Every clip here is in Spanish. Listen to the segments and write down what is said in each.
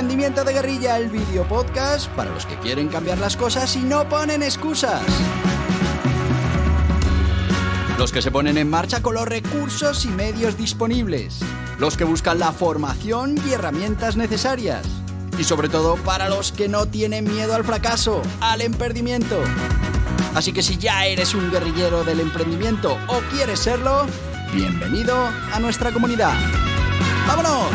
Emprendimiento de Guerrilla, el vídeo podcast para los que quieren cambiar las cosas y no ponen excusas. Los que se ponen en marcha con los recursos y medios disponibles. Los que buscan la formación y herramientas necesarias. Y sobre todo para los que no tienen miedo al fracaso, al emprendimiento. Así que si ya eres un guerrillero del emprendimiento o quieres serlo, bienvenido a nuestra comunidad. ¡Vámonos!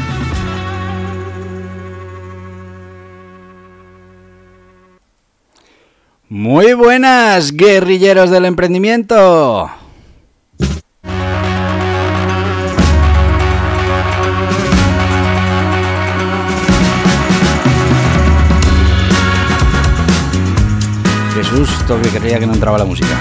Muy buenas, guerrilleros del emprendimiento. Qué susto, que creía que no entraba la música.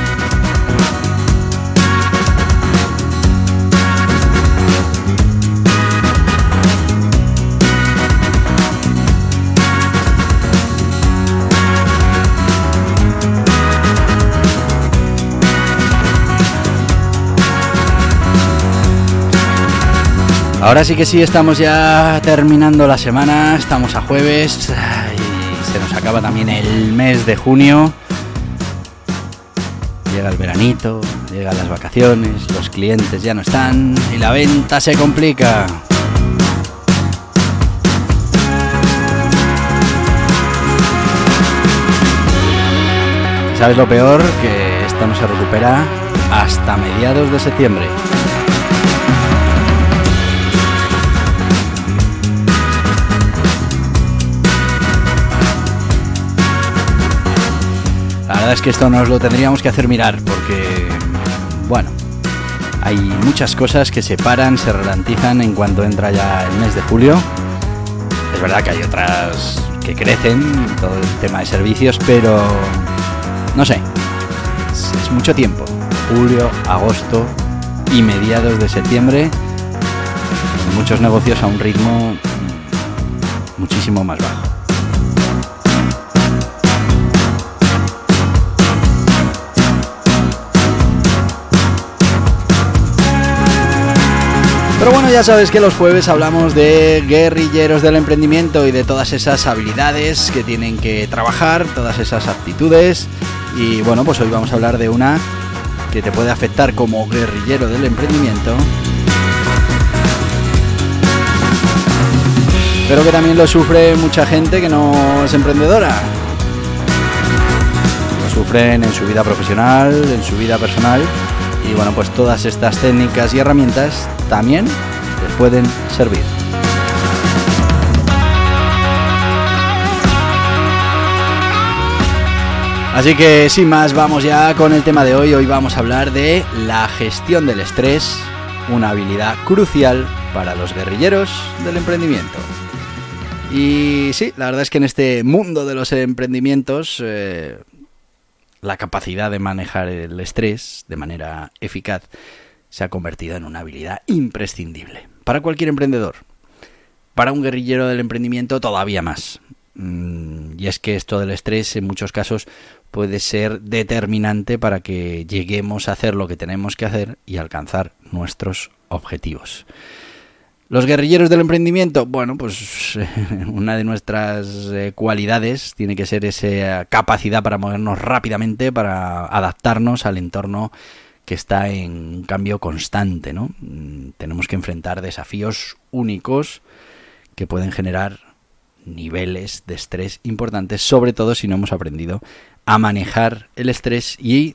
Ahora sí que sí, estamos ya terminando la semana, estamos a jueves y se nos acaba también el mes de junio. Llega el veranito, llegan las vacaciones, los clientes ya no están y la venta se complica. ¿Sabes lo peor? Que esto no se recupera hasta mediados de septiembre. La verdad es que esto nos lo tendríamos que hacer mirar porque, bueno, hay muchas cosas que se paran, se ralentizan en cuanto entra ya el mes de julio. Es verdad que hay otras que crecen, todo el tema de servicios, pero no sé, es mucho tiempo. Julio, agosto y mediados de septiembre, muchos negocios a un ritmo muchísimo más bajo. Pero bueno, ya sabes que los jueves hablamos de guerrilleros del emprendimiento y de todas esas habilidades que tienen que trabajar, todas esas aptitudes. Y bueno, pues hoy vamos a hablar de una que te puede afectar como guerrillero del emprendimiento, pero que también lo sufre mucha gente que no es emprendedora. Lo sufren en su vida profesional, en su vida personal. Y bueno, pues todas estas técnicas y herramientas también les pueden servir. Así que sin más, vamos ya con el tema de hoy. Hoy vamos a hablar de la gestión del estrés, una habilidad crucial para los guerrilleros del emprendimiento. Y sí, la verdad es que en este mundo de los emprendimientos, la capacidad de manejar el estrés de manera eficaz se ha convertido en una habilidad imprescindible para cualquier emprendedor. Para un guerrillero del emprendimiento todavía más. Y es que esto del estrés en muchos casos puede ser determinante para que lleguemos a hacer lo que tenemos que hacer y alcanzar nuestros objetivos. Los guerrilleros del emprendimiento, bueno, pues una de nuestras cualidades tiene que ser esa capacidad para movernos rápidamente, para adaptarnos al entorno que está en cambio constante, ¿no? Tenemos que enfrentar desafíos únicos que pueden generar niveles de estrés importantes, sobre todo si no hemos aprendido a manejar el estrés y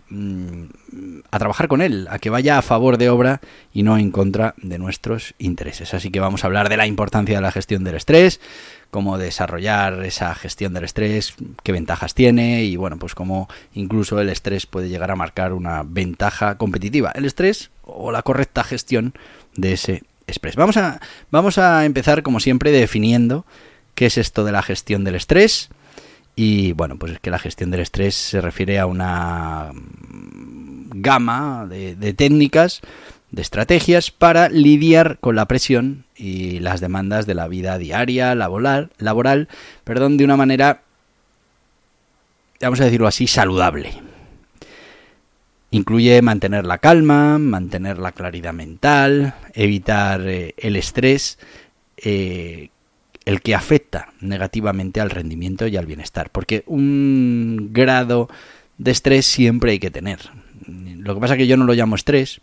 a trabajar con él, a que vaya a favor de obra y no en contra de nuestros intereses. Así que vamos a hablar de la importancia de la gestión del estrés, cómo desarrollar esa gestión del estrés, qué ventajas tiene y bueno, pues cómo incluso el estrés puede llegar a marcar una ventaja competitiva. El estrés o la correcta gestión de ese estrés. Vamos a empezar como siempre definiendo qué es esto de la gestión del estrés. Y bueno, pues es que la gestión del estrés se refiere a una gama de técnicas, de estrategias para lidiar con la presión y las demandas de la vida diaria, laboral, de una manera, vamos a decirlo así, saludable. Incluye mantener la calma, mantener la claridad mental, evitar el estrés, el que afecta negativamente al rendimiento y al bienestar, porque un grado de estrés siempre hay que tener. Lo que pasa es que yo no lo llamo estrés.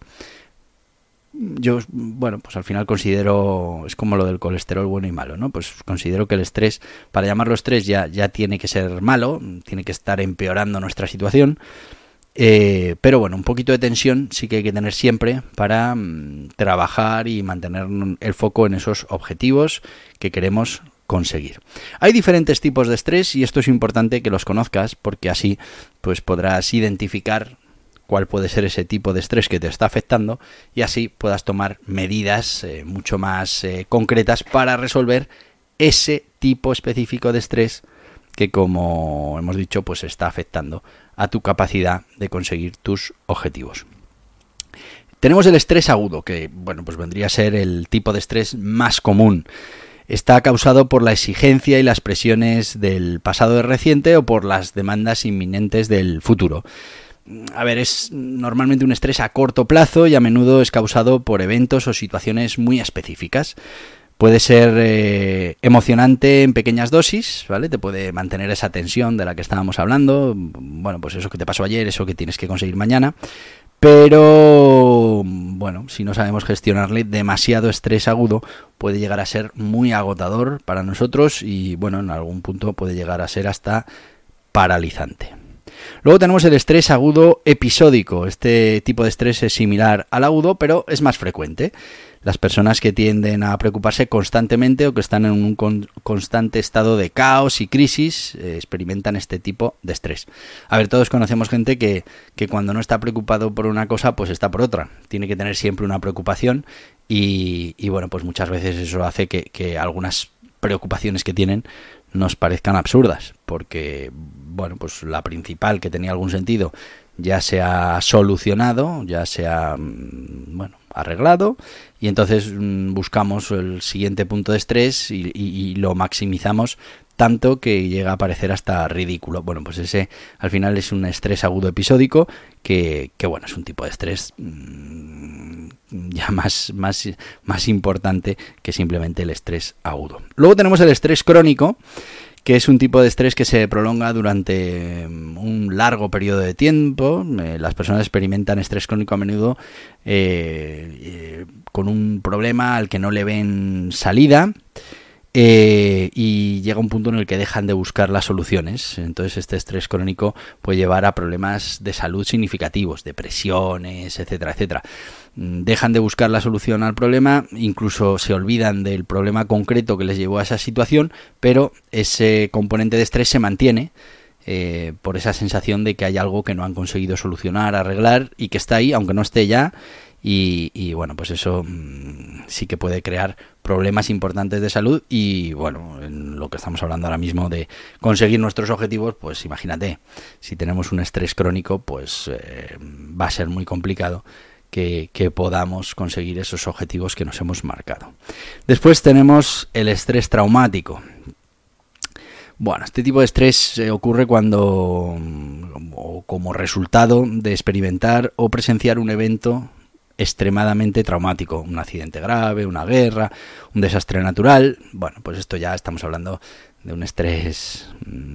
Yo, bueno, pues al final considero, es como lo del colesterol bueno y malo, ¿no? Pues considero que el estrés, para llamarlo estrés, ya tiene que ser malo, tiene que estar empeorando nuestra situación. Pero bueno, un poquito de tensión sí que hay que tener siempre para trabajar y mantener el foco en esos objetivos que queremos conseguir. Hay diferentes tipos de estrés y esto es importante que los conozcas, porque así pues podrás identificar cuál puede ser ese tipo de estrés que te está afectando y así puedas tomar medidas mucho más concretas para resolver ese tipo específico de estrés que, como hemos dicho, pues está afectando a tu capacidad de conseguir tus objetivos. Tenemos el estrés agudo, que bueno, pues vendría a ser el tipo de estrés más común. Está causado por la exigencia y las presiones del pasado reciente o por las demandas inminentes del futuro. A ver, es normalmente un estrés a corto plazo y a menudo es causado por eventos o situaciones muy específicas. Puede ser emocionante en pequeñas dosis, ¿vale? Te puede mantener esa tensión de la que estábamos hablando. Bueno, pues eso que te pasó ayer, eso que tienes que conseguir mañana. Pero, bueno, si no sabemos gestionarle, demasiado estrés agudo puede llegar a ser muy agotador para nosotros y, bueno, en algún punto puede llegar a ser hasta paralizante. Luego tenemos el estrés agudo episódico. Este tipo de estrés es similar al agudo, pero es más frecuente. Las personas que tienden a preocuparse constantemente o que están en un constante estado de caos y crisis experimentan este tipo de estrés. A ver, todos conocemos gente que cuando no está preocupado por una cosa, pues está por otra. Tiene que tener siempre una preocupación y bueno, pues muchas veces eso hace que algunas preocupaciones que tienen nos parezcan absurdas, porque bueno, pues la principal, que tenía algún sentido, ya se ha solucionado, ya se ha bueno, arreglado, y entonces buscamos el siguiente punto de estrés y lo maximizamos tanto que llega a parecer hasta ridículo. Bueno, pues ese al final es un estrés agudo episódico que bueno, es un tipo de estrés ya más importante que simplemente el estrés agudo. Luego tenemos el estrés crónico, que es un tipo de estrés que se prolonga durante un largo periodo de tiempo. Las personas experimentan estrés crónico a menudo con un problema al que no le ven salida. Y llega un punto en el que dejan de buscar las soluciones. Entonces este estrés crónico puede llevar a problemas de salud significativos, depresiones, etcétera, etcétera. Dejan de buscar la solución al problema, incluso se olvidan del problema concreto que les llevó a esa situación, pero ese componente de estrés se mantiene por esa sensación de que hay algo que no han conseguido solucionar, arreglar y que está ahí, aunque no esté ya. Y bueno, pues eso sí que puede crear problemas importantes de salud y bueno, en lo que estamos hablando ahora mismo de conseguir nuestros objetivos, pues imagínate, si tenemos un estrés crónico, pues va a ser muy complicado que podamos conseguir esos objetivos que nos hemos marcado. Después tenemos el estrés traumático. Bueno, este tipo de estrés ocurre cuando, o como resultado de experimentar o presenciar un evento extremadamente traumático, un accidente grave, una guerra, un desastre natural. Bueno, pues esto ya estamos hablando de un estrés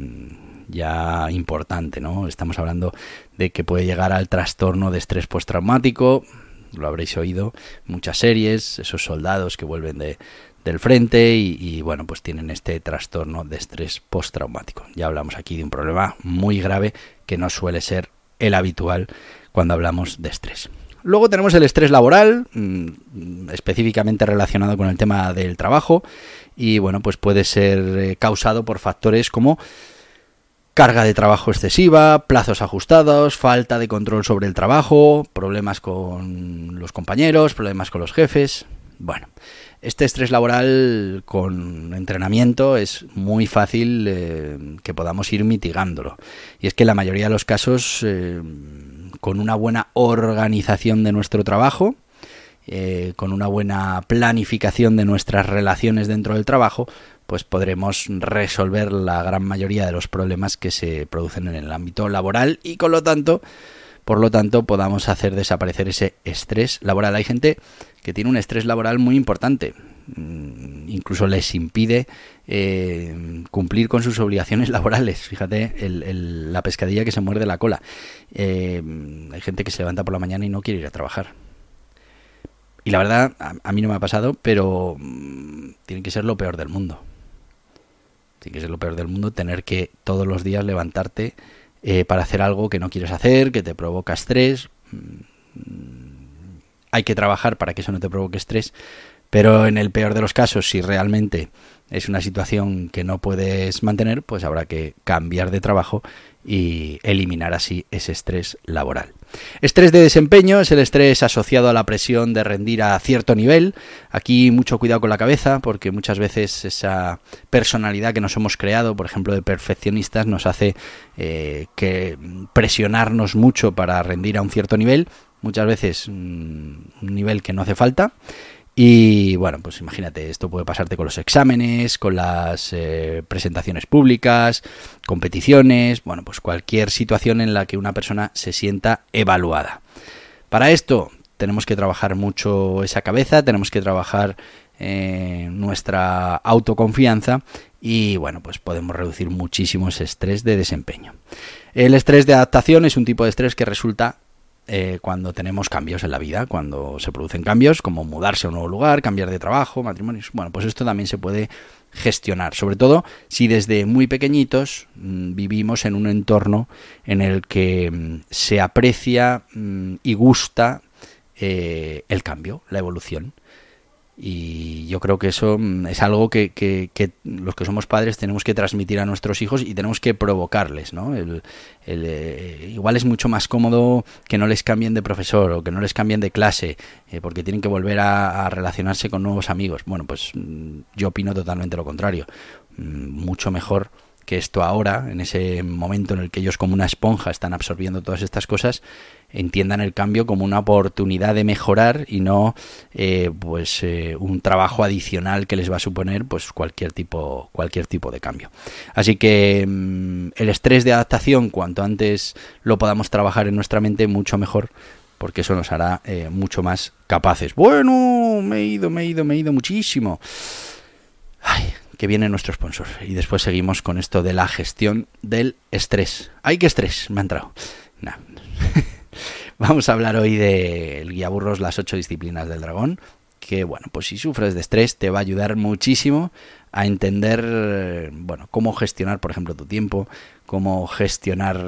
ya importante, ¿no? Estamos hablando de que puede llegar al trastorno de estrés postraumático. Lo habréis oído, muchas series, esos soldados que vuelven del frente y bueno, pues tienen este trastorno de estrés postraumático. Ya hablamos aquí de un problema muy grave que no suele ser el habitual cuando hablamos de estrés. Luego tenemos el estrés laboral, específicamente relacionado con el tema del trabajo y bueno, pues puede ser causado por factores como carga de trabajo excesiva, plazos ajustados, falta de control sobre el trabajo, problemas con los compañeros, problemas con los jefes. Bueno, este estrés laboral con entrenamiento es muy fácil que podamos ir mitigándolo. Y es que en la mayoría de los casos, con una buena organización de nuestro trabajo, con una buena planificación de nuestras relaciones dentro del trabajo, pues podremos resolver la gran mayoría de los problemas que se producen en el ámbito laboral y por lo tanto podamos hacer desaparecer ese estrés laboral. Hay gente que tiene un estrés laboral muy importante. Incluso les impide cumplir con sus obligaciones laborales. Fíjate, la pescadilla que se muerde la cola. Hay gente que se levanta por la mañana y no quiere ir a trabajar. Y la verdad, a mí no me ha pasado, pero tiene que ser lo peor del mundo. Tiene que ser lo peor del mundo tener que todos los días levantarte para hacer algo que no quieres hacer, que te provoca estrés. Hay que trabajar para que eso no te provoque estrés, pero en el peor de los casos, si realmente es una situación que no puedes mantener, pues habrá que cambiar de trabajo y eliminar así ese estrés laboral. Estrés de desempeño es el estrés asociado a la presión de rendir a cierto nivel. Aquí mucho cuidado con la cabeza, porque muchas veces esa personalidad que nos hemos creado, por ejemplo de perfeccionistas, nos hace que presionarnos mucho para rendir a un cierto nivel, muchas veces un nivel que no hace falta. Y bueno, pues imagínate, esto puede pasarte con los exámenes, con las presentaciones públicas, competiciones, bueno, pues cualquier situación en la que una persona se sienta evaluada. Para esto tenemos que trabajar mucho esa cabeza, tenemos que trabajar nuestra autoconfianza y bueno, pues podemos reducir muchísimo ese estrés de desempeño. El estrés de adaptación es un tipo de estrés que resulta cuando tenemos cambios en la vida, cuando se producen cambios como mudarse a un nuevo lugar, cambiar de trabajo, matrimonios. Bueno, pues esto también se puede gestionar, sobre todo si desde muy pequeñitos vivimos en un entorno en el que se aprecia y gusta el cambio, la evolución. Y yo creo que eso es algo que los que somos padres tenemos que transmitir a nuestros hijos y tenemos que provocarles, ¿no? Igual es mucho más cómodo que no les cambien de profesor o que no les cambien de clase porque tienen que volver a relacionarse con nuevos amigos. Bueno, pues yo opino totalmente lo contrario. Mucho mejor que esto ahora, en ese momento en el que ellos como una esponja están absorbiendo todas estas cosas, entiendan el cambio como una oportunidad de mejorar y no un trabajo adicional que les va a suponer pues cualquier tipo de cambio. Así que el estrés de adaptación, cuanto antes lo podamos trabajar en nuestra mente, mucho mejor, porque eso nos hará mucho más capaces. Bueno, me he ido muchísimo. Ay, que viene nuestro sponsor. Y después seguimos con esto de la gestión del estrés. ¡Ay, qué estrés! Me ha entrado. No. Vamos a hablar hoy del guiaburros Las 8 disciplinas del dragón, que bueno, pues si sufres de estrés te va a ayudar muchísimo a entender, bueno, cómo gestionar, por ejemplo, tu tiempo, cómo gestionar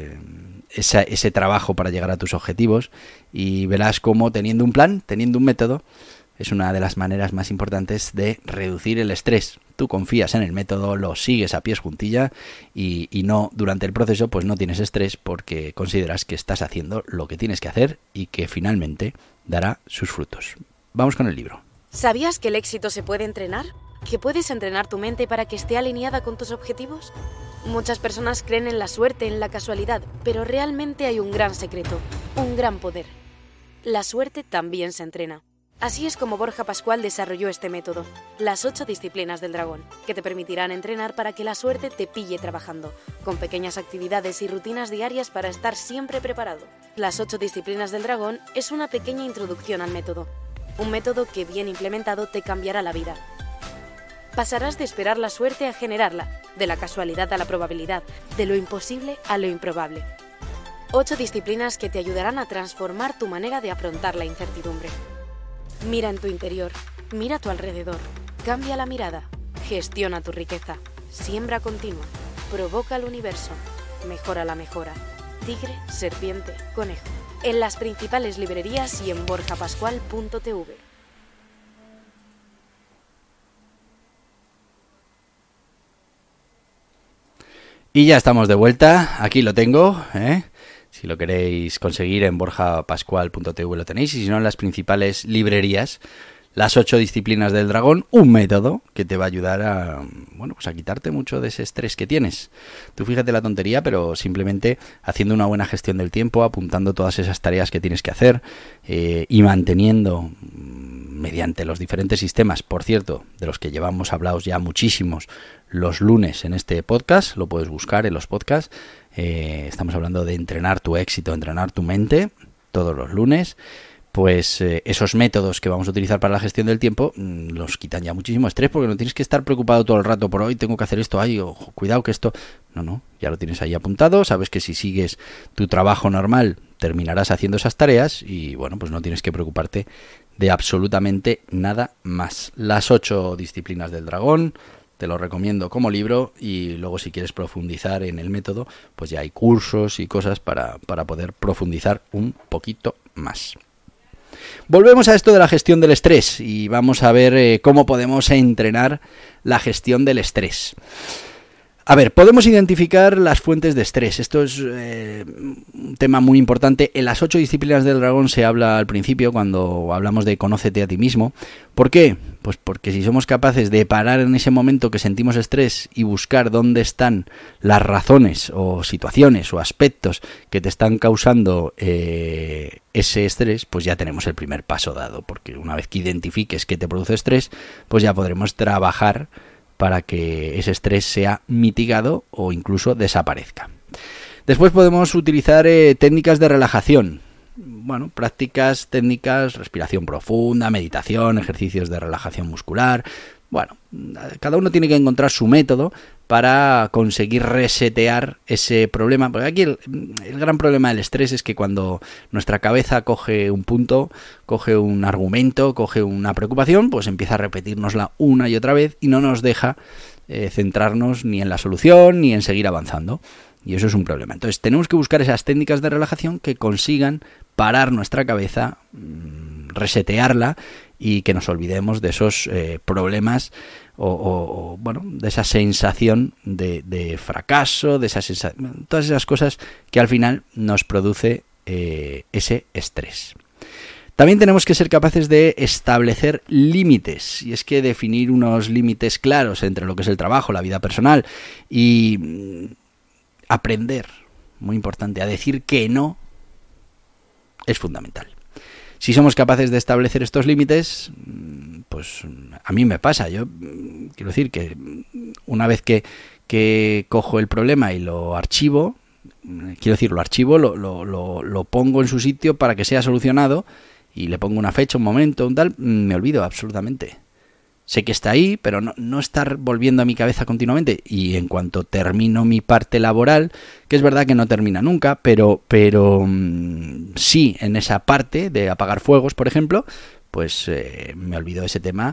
ese trabajo para llegar a tus objetivos, y verás cómo teniendo un plan, teniendo un método, es una de las maneras más importantes de reducir el estrés. Tú confías en el método, lo sigues a pies juntilla y no durante el proceso pues no tienes estrés porque consideras que estás haciendo lo que tienes que hacer y que finalmente dará sus frutos. Vamos con el libro. ¿Sabías que el éxito se puede entrenar? ¿Que puedes entrenar tu mente para que esté alineada con tus objetivos? Muchas personas creen en la suerte, en la casualidad, pero realmente hay un gran secreto, un gran poder. La suerte también se entrena. Así es como Borja Pascual desarrolló este método, las 8 disciplinas del dragón, que te permitirán entrenar para que la suerte te pille trabajando, con pequeñas actividades y rutinas diarias para estar siempre preparado. Las 8 disciplinas del dragón es una pequeña introducción al método, un método que bien implementado te cambiará la vida. Pasarás de esperar la suerte a generarla, de la casualidad a la probabilidad, de lo imposible a lo improbable. 8 disciplinas que te ayudarán a transformar tu manera de afrontar la incertidumbre. Mira en tu interior, mira a tu alrededor, cambia la mirada, gestiona tu riqueza, siembra continua, provoca el universo, mejora la mejora. Tigre, serpiente, conejo. En las principales librerías y en borjapascual.tv. Y ya estamos de vuelta, aquí lo tengo, Si lo queréis conseguir en borjapascual.tv lo tenéis, y si no en las principales librerías, las 8 disciplinas del dragón, un método que te va a ayudar a, bueno, pues a quitarte mucho de ese estrés que tienes. Tú fíjate la tontería, pero simplemente haciendo una buena gestión del tiempo, apuntando todas esas tareas que tienes que hacer y manteniendo mediante los diferentes sistemas, por cierto, de los que llevamos hablados ya muchísimos los lunes en este podcast, lo puedes buscar en los podcasts. Estamos hablando de entrenar tu éxito, entrenar tu mente todos los lunes. pues esos métodos que vamos a utilizar para la gestión del tiempo los quitan ya muchísimo estrés, porque no tienes que estar preocupado todo el rato por hoy tengo que hacer esto, ay, ojo, cuidado que esto... No, ya lo tienes ahí apuntado, sabes que si sigues tu trabajo normal terminarás haciendo esas tareas y bueno, pues no tienes que preocuparte de absolutamente nada más. Las 8 disciplinas del dragón, te lo recomiendo como libro, y luego si quieres profundizar en el método, pues ya hay cursos y cosas para poder profundizar un poquito más. Volvemos a esto de la gestión del estrés y vamos a ver cómo podemos entrenar la gestión del estrés. A ver, podemos identificar las fuentes de estrés. Esto es un tema muy importante. En las 8 disciplinas del dragón se habla al principio, cuando hablamos de conócete a ti mismo. ¿Por qué? Pues porque si somos capaces de parar en ese momento que sentimos estrés y buscar dónde están las razones o situaciones o aspectos que te están causando ese estrés, pues ya tenemos el primer paso dado. Porque una vez que identifiques qué te produce estrés, pues ya podremos trabajar para que ese estrés sea mitigado o incluso desaparezca. Después podemos utilizar técnicas de relajación. Bueno, prácticas, técnicas, respiración profunda, meditación, ejercicios de relajación muscular. Bueno, cada uno tiene que encontrar su método para conseguir resetear ese problema. Porque aquí el gran problema del estrés es que cuando nuestra cabeza coge un punto, coge un argumento, coge una preocupación, pues empieza a repetirnosla una y otra vez y no nos deja centrarnos ni en la solución ni en seguir avanzando. Y eso es un problema. Entonces tenemos que buscar esas técnicas de relajación que consigan parar nuestra cabeza, resetearla y que nos olvidemos de esos problemas o bueno, de esa sensación de fracaso, de esa todas esas cosas que al final nos produce ese estrés. También tenemos que ser capaces de establecer límites, y es que definir unos límites claros entre lo que es el trabajo, la vida personal, y aprender, muy importante, a decir que no es fundamental. Si somos capaces de establecer estos límites, pues a mí me pasa. Yo quiero decir que una vez que cojo el problema y lo archivo, lo pongo en su sitio para que sea solucionado y le pongo una fecha, un momento, un tal, me olvido absolutamente. Sé que está ahí, pero no estar volviendo a mi cabeza continuamente. Y en cuanto termino mi parte laboral, que es verdad que no termina nunca, pero sí en esa parte de apagar fuegos, por ejemplo, pues me olvido de ese tema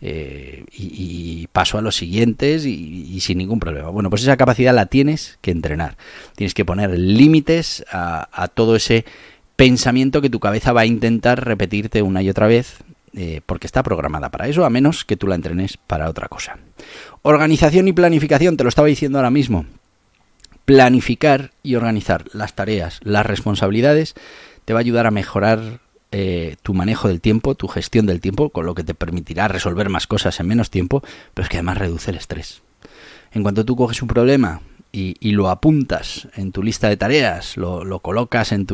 y paso a los siguientes y sin ningún problema. Bueno, pues esa capacidad la tienes que entrenar. Tienes que poner límites a todo ese pensamiento que tu cabeza va a intentar repetirte una y otra vez, porque está programada para eso, a menos que tú la entrenes para otra cosa. Organización y planificación, te lo estaba diciendo ahora mismo. Planificar y organizar las tareas, las responsabilidades, te va a ayudar a mejorar tu manejo del tiempo, tu gestión del tiempo, con lo que te permitirá resolver más cosas en menos tiempo, pero es que además reduce el estrés. En cuanto tú coges un problema y lo apuntas en tu lista de tareas, lo colocas en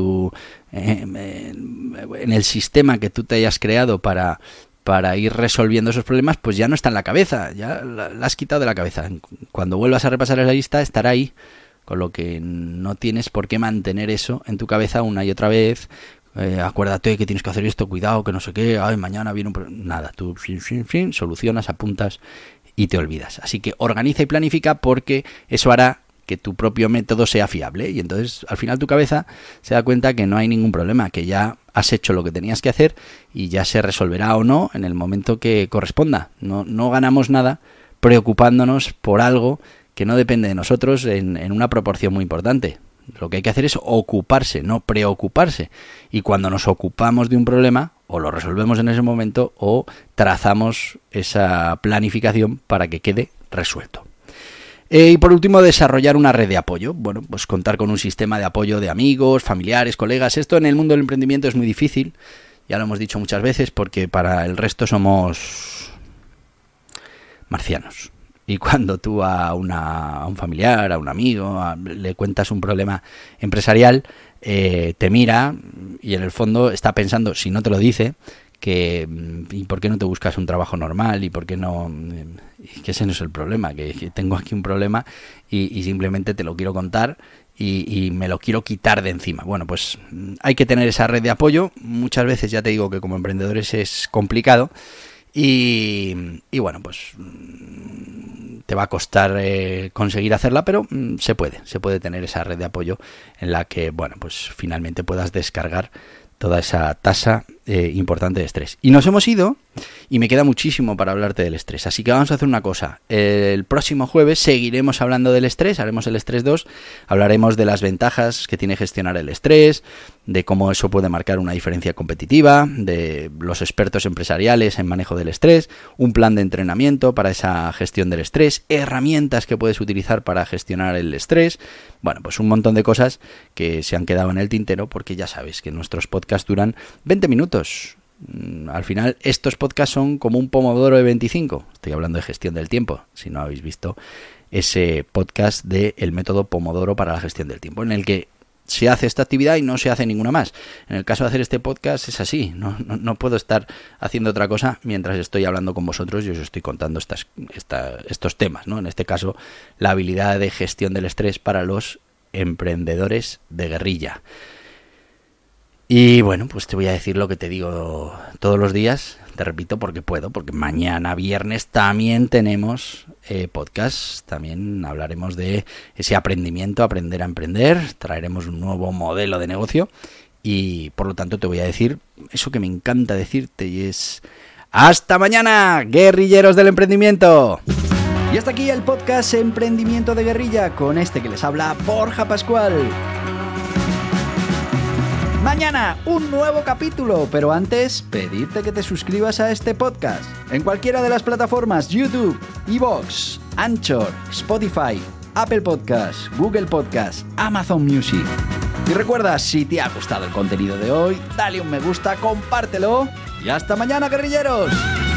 el sistema que tú te hayas creado para ir resolviendo esos problemas, pues ya no está en la cabeza, ya la has quitado de la cabeza. Cuando vuelvas a repasar esa lista estará ahí, con lo que no tienes por qué mantener eso en tu cabeza una y otra vez. Acuérdate que tienes que hacer esto, cuidado, que no sé qué, ay, mañana viene un problema. Nada, tú solucionas, apuntas y te olvidas. Así que organiza y planifica, porque eso hará que tu propio método sea fiable, y entonces al final tu cabeza se da cuenta que no hay ningún problema, que ya has hecho lo que tenías que hacer y ya se resolverá o no en el momento que corresponda. No ganamos nada preocupándonos por algo que no depende de nosotros en una proporción muy importante. Lo que hay que hacer es ocuparse, no preocuparse. Y cuando nos ocupamos de un problema, o lo resolvemos en ese momento o trazamos esa planificación para que quede resuelto. Y por último, desarrollar una red de apoyo. Bueno, pues contar con un sistema de apoyo de amigos, familiares, colegas. Esto en el mundo del emprendimiento es muy difícil, ya lo hemos dicho muchas veces, porque para el resto somos marcianos. Y cuando tú a un familiar, a un amigo, le cuentas un problema empresarial, te mira y en el fondo está pensando, si no te lo dice, que ¿y por qué no te buscas un trabajo normal? ¿Y por qué no? Que ese no es el problema, que tengo aquí un problema y simplemente te lo quiero contar y me lo quiero quitar de encima. Bueno, pues hay que tener esa red de apoyo. Muchas veces ya te digo que como emprendedores es complicado y bueno, pues te va a costar conseguir hacerla, pero se puede tener esa red de apoyo en la que, bueno, pues finalmente puedas descargar toda esa tasa importante de estrés. Y nos hemos ido y me queda muchísimo para hablarte del estrés. Así que vamos a hacer una cosa. El próximo jueves seguiremos hablando del estrés, haremos el estrés 2, hablaremos de las ventajas que tiene gestionar el estrés, de cómo eso puede marcar una diferencia competitiva, de los expertos empresariales en manejo del estrés, un plan de entrenamiento para esa gestión del estrés, herramientas que puedes utilizar para gestionar el estrés. Bueno, pues un montón de cosas que se han quedado en el tintero porque ya sabes que nuestros podcasts duran 20 minutos. Al final estos podcasts son como un pomodoro de 25. Estoy hablando de gestión del tiempo, si no habéis visto ese podcast de el método Pomodoro para la gestión del tiempo, en el que se hace esta actividad y no se hace ninguna más. En el caso de hacer este podcast es así, no puedo estar haciendo otra cosa mientras estoy hablando con vosotros y os estoy contando estos temas, ¿no? En este caso, la habilidad de gestión del estrés para los emprendedores de guerrilla. Y bueno, pues te voy a decir lo que te digo todos los días, te repito porque puedo, porque mañana viernes también tenemos podcast, también hablaremos de ese aprendimiento, aprender a emprender, traeremos un nuevo modelo de negocio y por lo tanto te voy a decir eso que me encanta decirte y es ¡hasta mañana, guerrilleros del emprendimiento! Y hasta aquí el podcast Emprendimiento de Guerrilla con este que les habla Borja Pascual. Mañana un nuevo capítulo, pero antes pedirte que te suscribas a este podcast en cualquiera de las plataformas YouTube, iVoox, Anchor, Spotify, Apple Podcasts, Google Podcasts, Amazon Music. Y recuerda, si te ha gustado el contenido de hoy, dale un me gusta, compártelo y hasta mañana, guerrilleros.